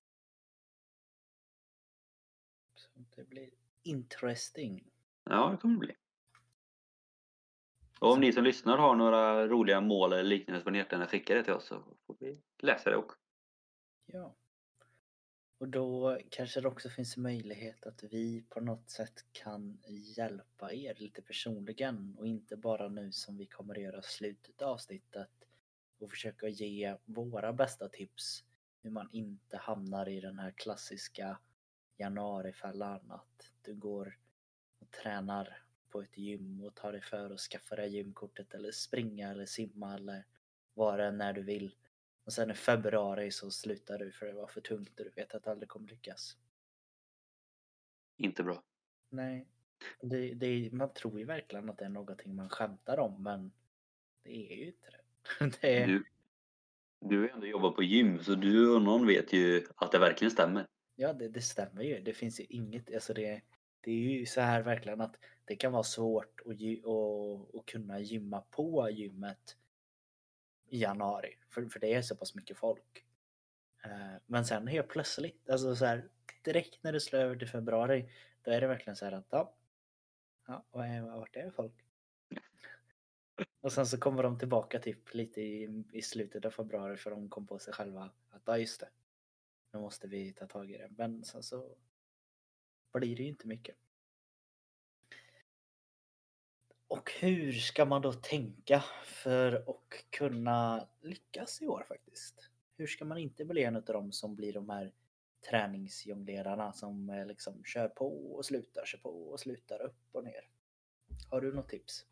Så det blir interesting. Ja, det kommer det bli. Och om ni som lyssnar har några roliga mål eller liknande så får ni jättegärna skicka det till oss så får vi läsa det också. Ja. Och då kanske det också finns möjlighet att vi på något sätt kan hjälpa er lite personligen, och inte bara nu som vi kommer att göra slutet av avsnittet och försöka ge våra bästa tips hur man inte hamnar i den här klassiska januarifällan, att du går och tränar på ett gym och tar dig för att skaffa dig gymkortet eller springa eller simma eller vad det är när du vill. Och sen i februari så slutar du för det var för tungt och du vet att det aldrig kommer lyckas. Inte bra. Nej, det, det, man tror ju verkligen att det är någonting man skämtar om, men det är ju inte det. det är, Du, du har ju ändå jobbat på gym så du och någon vet ju att det verkligen stämmer. ja, det, det stämmer ju. Det finns ju inget, alltså det, det är ju så här verkligen att det kan vara svårt att, gy- att, att kunna gymma på gymmet i januari, för, för det är så pass mycket folk. Eh, Men sen helt plötsligt, alltså så här, direkt när det slår över till februari, då är det verkligen så här att ja, ja vad är, vart är folk? Och sen så kommer de tillbaka typ lite i, i slutet av februari, för de kom på sig själva att ja, just det, nu måste vi ta tag i det. Men sen så blir det ju inte mycket. Och hur ska man då tänka för att kunna lyckas i år faktiskt? Hur ska man inte bli en av dem som blir de här träningsjonglerarna som eh, liksom kör på och slutar, kör på och slutar, upp och ner? Har du något tips?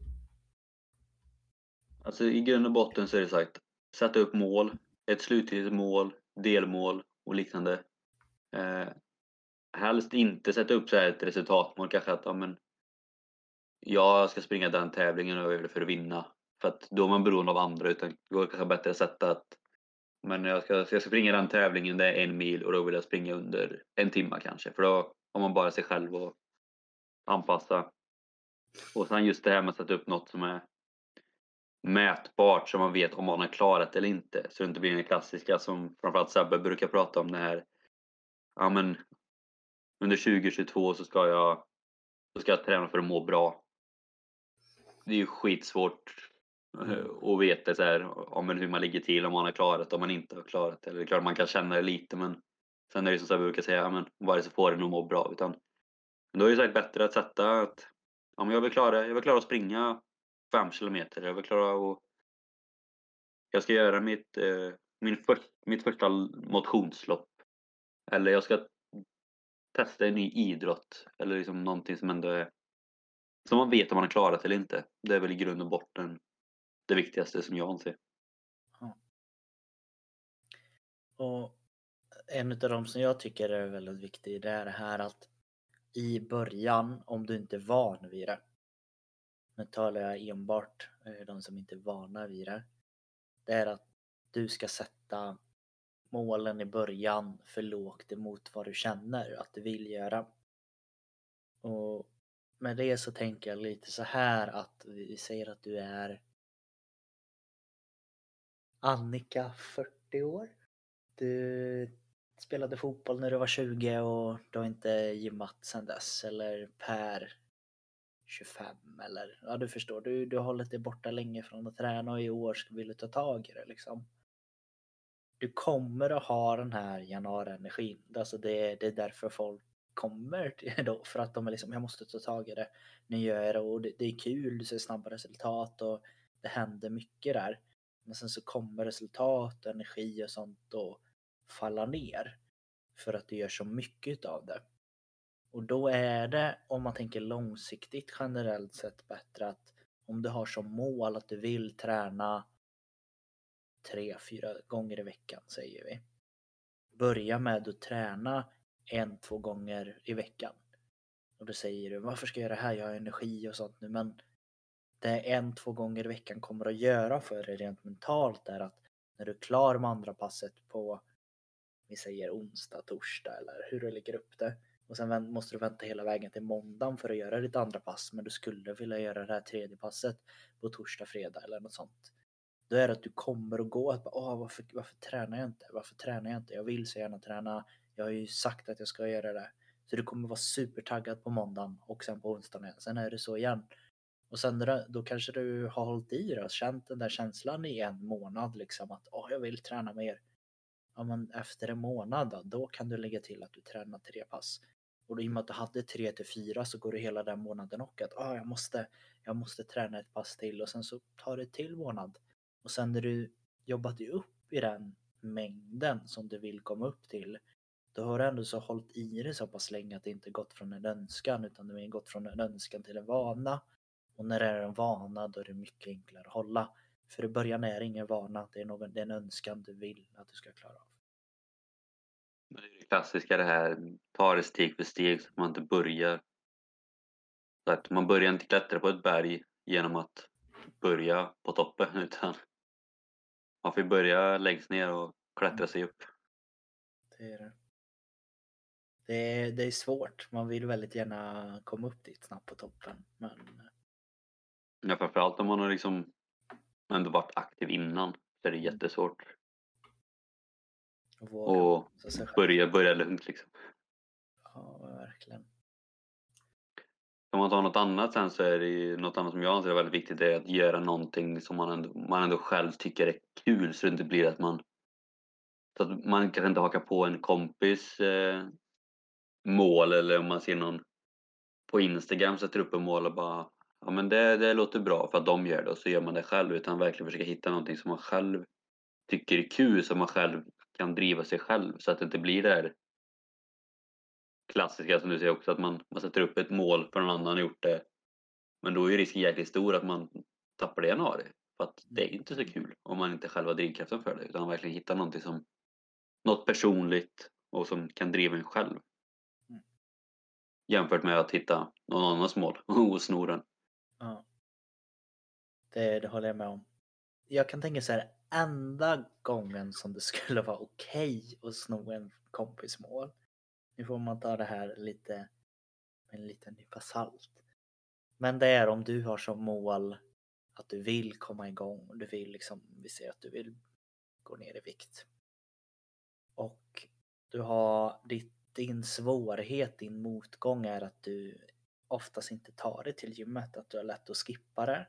Alltså i grund och botten så är det sagt, sätta upp mål, ett slutgiltigt mål, delmål och liknande. Eh, helst inte sätta upp så här ett resultatmål, kanske att ja, men jag ska springa den tävlingen och jag gör det för att vinna. För att då är man beroende av andra, utan det går kanske bättre att sätta att men jag ska, jag ska springa den tävlingen, det är en mil och då vill jag springa under en timme kanske. För då har man bara sig själv att anpassa. Och sen just det här med att sätta upp något som är mätbart så man vet om man har klarat det eller inte. Så det inte blir den klassiska som framförallt Sebbe brukar prata om, det här. Ja men under tjugo tjugotvå så ska jag, så ska jag träna för att må bra. Det är ju skitsvårt Mm. att veta så här, om hur man ligger till, om man har klarat det, om man inte har klarat det. Eller det är klart man kan känna det lite, men sen är det som Sebbe brukar säga, ja men bara så får det nog må bra. Utan då är det säkert bättre att sätta att ja, men jag vill klara, jag vill klara att springa fem kilometer. Jag vill klara att jag ska göra mitt, eh, min för, mitt första motionslopp. Eller jag ska testa en ny idrott. Eller liksom någonting som ändå är som man vet om man har klarat eller inte. Det är väl i grund och botten det viktigaste som jag anser. Ja. Och en av de som jag tycker är väldigt viktig, det är det här att i början, om du inte är van vid det. Nu talar jag enbart eh, de som inte är vana vid det. Det är att du ska sätta målen i början för lågt emot vad du känner att du vill göra. Och med det så tänker jag lite så här att vi säger att du är Annika, fyrtio år. Du spelade fotboll när du var tjugo och du har inte gymmat sedan dess. Eller Per, tjugofem, eller ja du förstår, du, du har hållit dig borta länge från att träna och i år ska vill du ta tag i det liksom. Du kommer att ha den här januarienergin. Alltså det, det är därför folk kommer till då, för att de är liksom, jag måste ta tag i det. Nu gör jag det och det, det är kul, du ser snabba resultat och det händer mycket där. Men sen så kommer resultat, energi och sånt att falla ner. För att du gör så mycket av det. Och då är det, om man tänker långsiktigt generellt sett, bättre att om du har som mål att du vill träna tre, fyra gånger i veckan säger vi. Börja med att träna en, två gånger i veckan. Och då säger du, varför ska jag göra det här? Jag har energi och sånt nu. Men det en, två gånger i veckan kommer att göra för dig rent mentalt är att när du är klar med andra passet på, vi säger onsdag, torsdag eller hur du lägger upp det. Och sen måste du vänta hela vägen till måndagen för att göra ditt andra pass. Men du skulle vilja göra det här tredje passet på torsdag, fredag eller något sånt. Då är det att du kommer att gå att Åh, varför, varför tränar jag inte? Varför tränar jag inte? Jag vill så gärna träna. Jag har ju sagt att jag ska göra det. Så du kommer vara supertaggad på måndagen och sen på onsdagen igen. Sen är det så igen. Och sen då, då kanske du har hållit i det och känt den där känslan i en månad liksom att åh, jag vill träna mer. Ja, men efter en månad då, då kan du lägga till att du tränar tre pass. Och då, i och med att du hade tre till fyra så går du hela den månaden och att åh, jag måste, jag måste träna ett pass till och sen så tar det till månad. Och sen när du jobbat upp i den mängden som du vill komma upp till, då har du ändå så hållit i det så pass länge att det inte gått från en önskan utan det har gått från en önskan till en vana. Och när det är en vana då är det mycket enklare att hålla. För i början är det ingen vana, det är, någon, det är en önskan du vill att du ska klara av. Det är det klassiska det här, ta det steg för steg så att man inte börjar. Så att man börjar inte klättra på ett berg genom att börja på toppen utan man får börja längst ner och klättra sig upp. Det är det. Det är, det är svårt, man vill väldigt gärna komma upp dit snabbt på toppen. Men Ja, framförallt om man har liksom ändå varit aktiv innan så är det Mm. jättesvårt. våga Och så sig själv. börja, börja lugnt liksom. Ja, verkligen. Om man tar något annat sen så är det ju något annat som jag anser är väldigt viktigt är att göra någonting som man ändå, man ändå själv tycker är kul så det inte blir att man så att man kanske inte hakar på en kompis eh, mål eller om man ser någon på Instagram sätter upp en mål och bara ja men det, det låter bra för att de gör det och så gör man det själv, utan verkligen försöka hitta någonting som man själv tycker är kul, som man själv kan driva sig själv så att det inte blir det här klassiska som du säger också, att man, man sätter upp ett mål för någon annan har gjort det. Men då är ju risken jäkligt stor att man tappar det av det. För att det är inte så kul om man inte själv har drivkraften för det, utan verkligen hitta någonting som, något personligt och som kan driva en själv. Mm. Jämfört med att hitta någon annans mål och sno den. Ja. Det, det håller jag med om. Jag kan tänka så här, enda gången som det skulle vara okej att sno en kompis mål. Nu får man ta det här lite med en liten nypa salt. Men det är om du har som mål att du vill komma igång och du vill liksom, vi ser att du vill gå ner i vikt. Och du har ditt, din svårighet, din motgång är att du oftast inte tar dig till gymmet, att du har lätt att skippa det.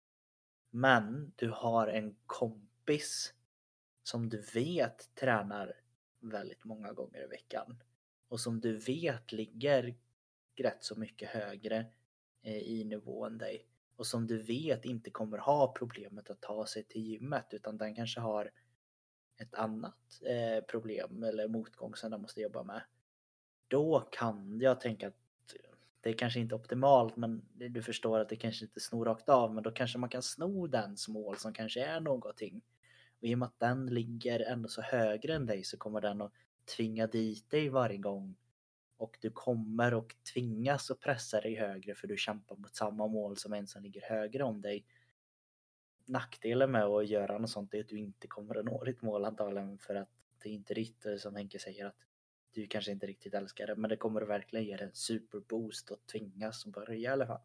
Men du har en kompis som du vet tränar väldigt många gånger i veckan och som du vet ligger rätt så mycket högre i nivå än dig och som du vet inte kommer ha problemet att ta sig till gymmet, utan den kanske har ett annat eh, problem eller motgång som den måste jobba med. Då kan jag tänka att det är kanske inte optimalt, men du förstår att det kanske inte snor rakt av, men då kanske man kan sno dens mål som kanske är någonting. Och i och med att den ligger ändå så högre än dig så kommer den att tvinga dit dig varje gång. Och du kommer att tvingas att pressa dig högre för du kämpar mot samma mål som en som ligger högre om dig. Nackdelen med att göra något sånt är att du inte kommer att nå ditt mål antagligen, för att det är inte riktigt som Henke säger, att du kanske inte riktigt älskar det, men det kommer att verkligen ge dig en superboost och tvingas att börja i alla fall.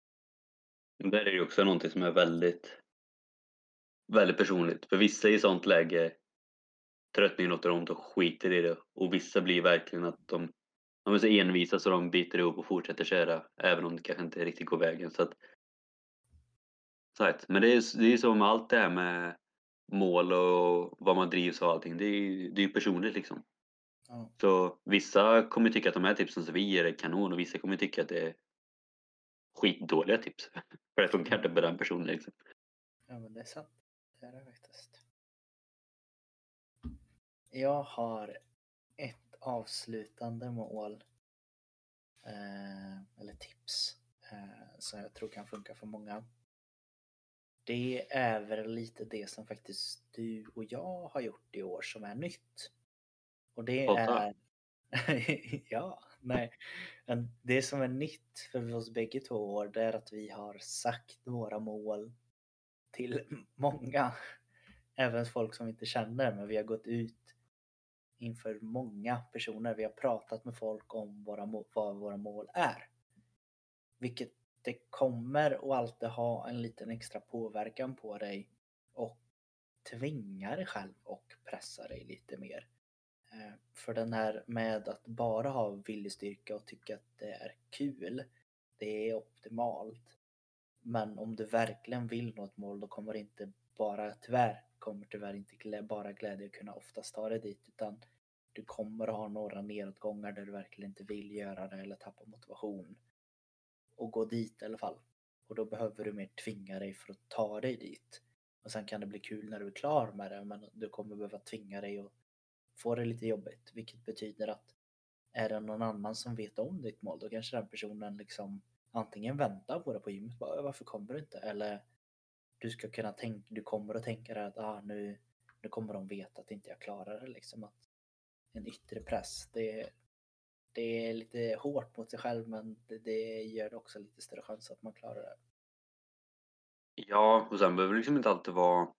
Där är det ju också någonting som är väldigt, väldigt personligt. För vissa i sånt läge tröttnar något ont och skiter i det. Och vissa blir verkligen att de, de är så envisa så de biter ihop och fortsätter köra. Även om det kanske inte riktigt går vägen. Så att, så att, men det är, det är som allt det här med mål och vad man drivs och allting. Det är ju det är ju personligt liksom. Ja. Så vissa kommer tycka att de här tipsen som vi ger är kanon och vissa kommer tycka att det är skitdåliga tips. För det funkar inte på den personen liksom. Ja, men det är sant. Det är det faktiskt. Jag har ett avslutande mål eh, eller tips eh, som jag tror kan funka för många. Det är väl lite det som faktiskt du och jag har gjort i år som är nytt. Och det Podda. är ja, nej. Men det som är nytt för oss bägge två år, det är att vi har sagt våra mål till många. Även folk som inte känner, men vi har gått ut inför många personer. Vi har pratat med folk om våra mål, vad våra mål är. Vilket det kommer att alltid ha en liten extra påverkan på dig och tvinga dig själv och pressa dig lite mer. För den här med att bara ha viljestyrka och tycka att det är kul, det är optimalt. Men om du verkligen vill nå ett mål, då kommer det inte bara, tyvärr, kommer tyvärr inte bara glädje att kunna oftast ta dig dit, utan du kommer att ha några nedåtgångar där du verkligen inte vill göra det eller tappa motivation. Och gå dit i alla fall. Och då behöver du mer tvinga dig för att ta dig dit. Och sen kan det bli kul när du är klar med det, men du kommer behöva tvinga dig och få det lite jobbigt. Vilket betyder att är det någon annan som vet om ditt mål, då kanske den personen liksom antingen väntar på det på gymmet, bara, varför kommer du inte? Eller du ska kunna tänka, du kommer att tänka dig att ah, nu, nu kommer de veta att inte jag klarar det. Liksom att en yttre press, det, det är lite hårt mot sig själv, men det, det gör det också lite större chans att man klarar det. Ja, och sen behöver det liksom inte alltid vara...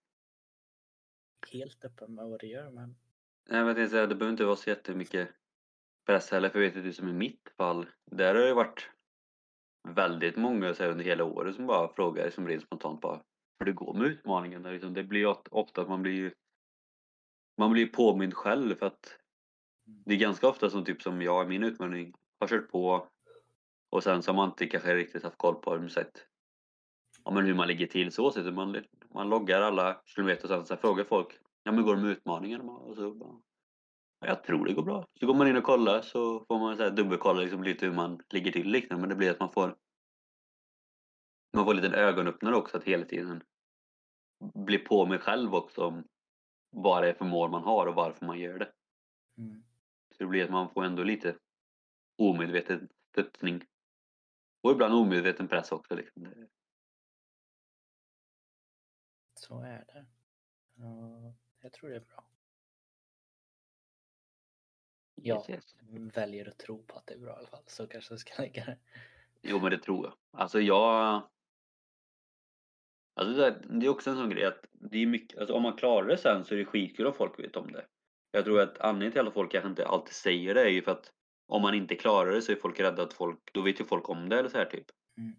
Helt öppen med vad det gör, men... Nej, men jag säga, det behöver inte vara så jättemycket press heller, för jag vet att det som i mitt fall, där har det varit väldigt många så här, under hela året som bara frågar som rent spontant bara hur det går med utmaningen. Liksom, det blir ju ofta att man blir man blir påmind själv, för att det är ganska ofta som typ som jag i min utmaning har kört på och sen så har man inte kanske riktigt haft koll på hur, sätt, ja, men hur man ligger till så sätt. Man, man loggar alla kilometer och sen så här, frågar folk, ja men går det med utmaningen? Och så bara, ja, jag tror det går bra. Så går man in och kollar så får man så här dubbelkolla liksom lite hur man ligger till liknande, men det blir att man får man får en liten ögonöppnare också att hela tiden bli på mig själv också om vad det är för mål man har och varför man gör det. Mm. Så det blir att man får ändå lite omedveten stöttning. Och ibland omedveten press också. Liksom. Så är det. Ja, jag tror det är bra. Yes, Jag yes. väljer att tro på att det är bra i alla fall. Så kanske jag ska lägga det. Jo, men det tror jag. Alltså jag... Alltså det, det är också en sån grej att det är mycket, alltså om man klarar det sen så är det skitkul om folk vet om det. Jag tror att anledningen till att folk kanske inte alltid säger det är ju för att om man inte klarar det så är folk rädda att folk, då vet ju folk om det eller så här typ. Mm.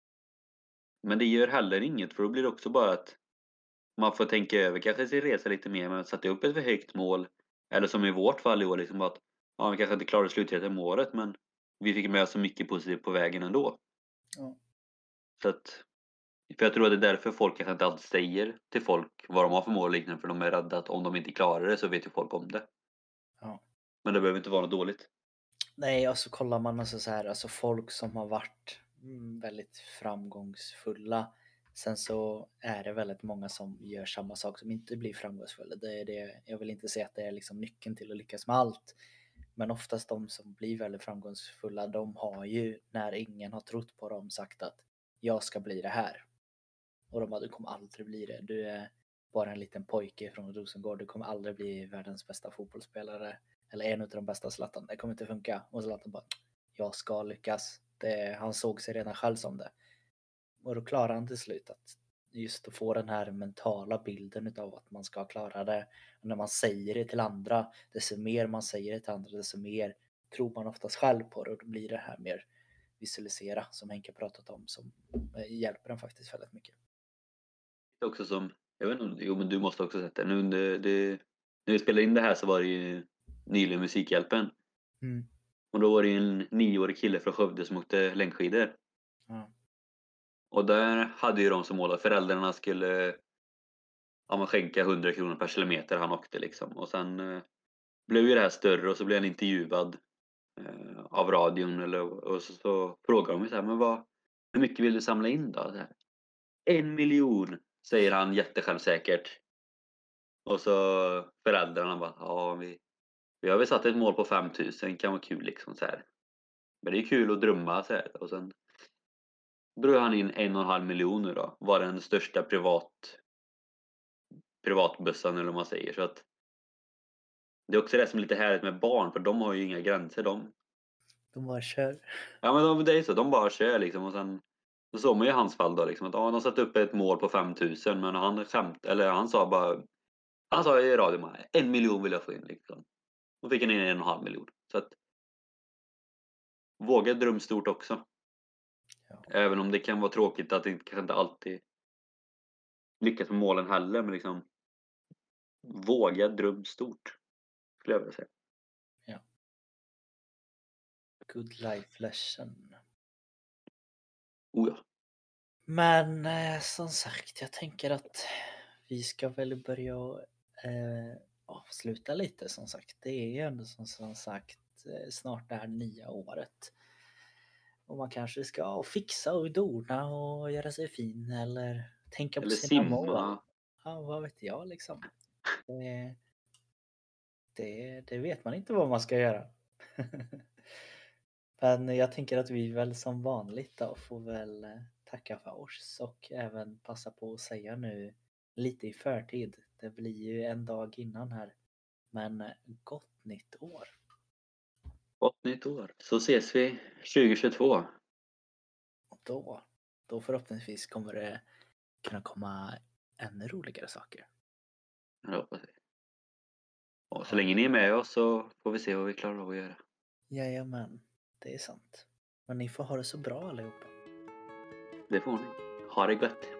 Men det gör heller inget för då blir det också bara att man får tänka över kanske sin resa lite mer, men sätta upp ett för högt mål. Eller som i vårt fall i år liksom att ja, vi kanske inte klarade slutet om året men vi fick med så mycket positivt på vägen ändå. Ja. Så att för jag tror att det är därför folk kanske inte alltid säger till folk vad de har för mål och liknande. För de är rädda att om de inte klarar det så vet ju folk om det. Ja. Men det behöver inte vara något dåligt. Nej, alltså kollar man alltså så här, alltså folk som har varit mm, väldigt framgångsfulla. Sen så är det väldigt många som gör samma sak som inte blir framgångsfulla. Det är det, jag vill inte säga att det är liksom nyckeln till att lyckas med allt. Men oftast de som blir väldigt framgångsfulla, de har ju när ingen har trott på dem sagt att jag ska bli det här. Och de bara, du kommer aldrig bli det. Du är bara en liten pojke från Rosengård. Du kommer aldrig bli världens bästa fotbollsspelare. Eller en av de bästa. Zlatan. Det kommer inte funka. Och Zlatan bara, jag ska lyckas. Det, han såg sig redan själv som det. Och då klarar han till slut att just att få den här mentala bilden av att man ska klara det. Och när man säger det till andra, desto mer man säger det till andra, desto mer tror man oftast själv på det. Och då blir det här mer visualisera som Henke pratat om som hjälper en faktiskt väldigt mycket. Det är också som, jag vet inte, jo men du måste också sätta det. Nu det, det, när vi spelade in det här så var det ju nyligen Musikhjälpen. Mm. Och då var det ju en nioårig kille från Skövde som åkte längdskidor. Ja. Och där hade ju de som mål att föräldrarna skulle ja, man skänka hundra kronor per kilometer han åkte liksom. Och sen eh, blev ju det här större och så blev han intervjuad eh, av radion eller, och så, så frågade de ju så här, men vad, hur mycket vill du samla in då? Så här, en miljon, säger han jättesjälvsäkert. Och så föräldrarna bara, ja vi, vi har väl satt ett mål på fem tusen, kan vara kul liksom så här. Men det är kul att drömma så här. Och sen drog han in en och en halv miljon nu då, var den största privat privatbussen eller vad man säger. Så att det är också det som är lite härligt med barn, för de har ju inga gränser. De, De bara kör. ja men de, det är så, de bara kör liksom. Och sen så såg man ju i hans fall då liksom att ja, de satte upp ett mål på fem tusen men han skämt, eller han sa bara, han sa i radion en miljon vill jag få in liksom. Och fick han in en och en halv miljon. Så att våga dröm stort också. Ja. Även om det kan vara tråkigt att det kanske inte alltid lyckas med målen heller, men liksom våga dröm stort skulle jag vilja säga. Ja. Good life lesson. Oh ja. Men eh, som sagt, jag tänker att vi ska väl börja eh, avsluta lite som sagt. Det är ju ändå som, som sagt eh, snart det här nya året. Och man kanske ska fixa och dona och göra sig fin eller tänka på Eller sina simma. mål. Ja, vad vet jag liksom. Det, det, det vet man inte vad man ska göra. Men jag tänker att vi väl som vanligt då får väl eh, tacka för oss och även passa på att säga nu lite i förtid. Det blir ju en dag innan här. Men eh, gott nytt år. Gott nytt år. Så ses vi tjugo tjugotvå. Och då, då förhoppningsvis kommer det kunna komma ännu roligare saker. Jag hoppas det. Och så Ja. länge ni är med oss så får vi se vad vi klarar av att göra. Jajamän, det är sant. Men ni får ha det så bra allihopa. Det får ni. Ha det gött.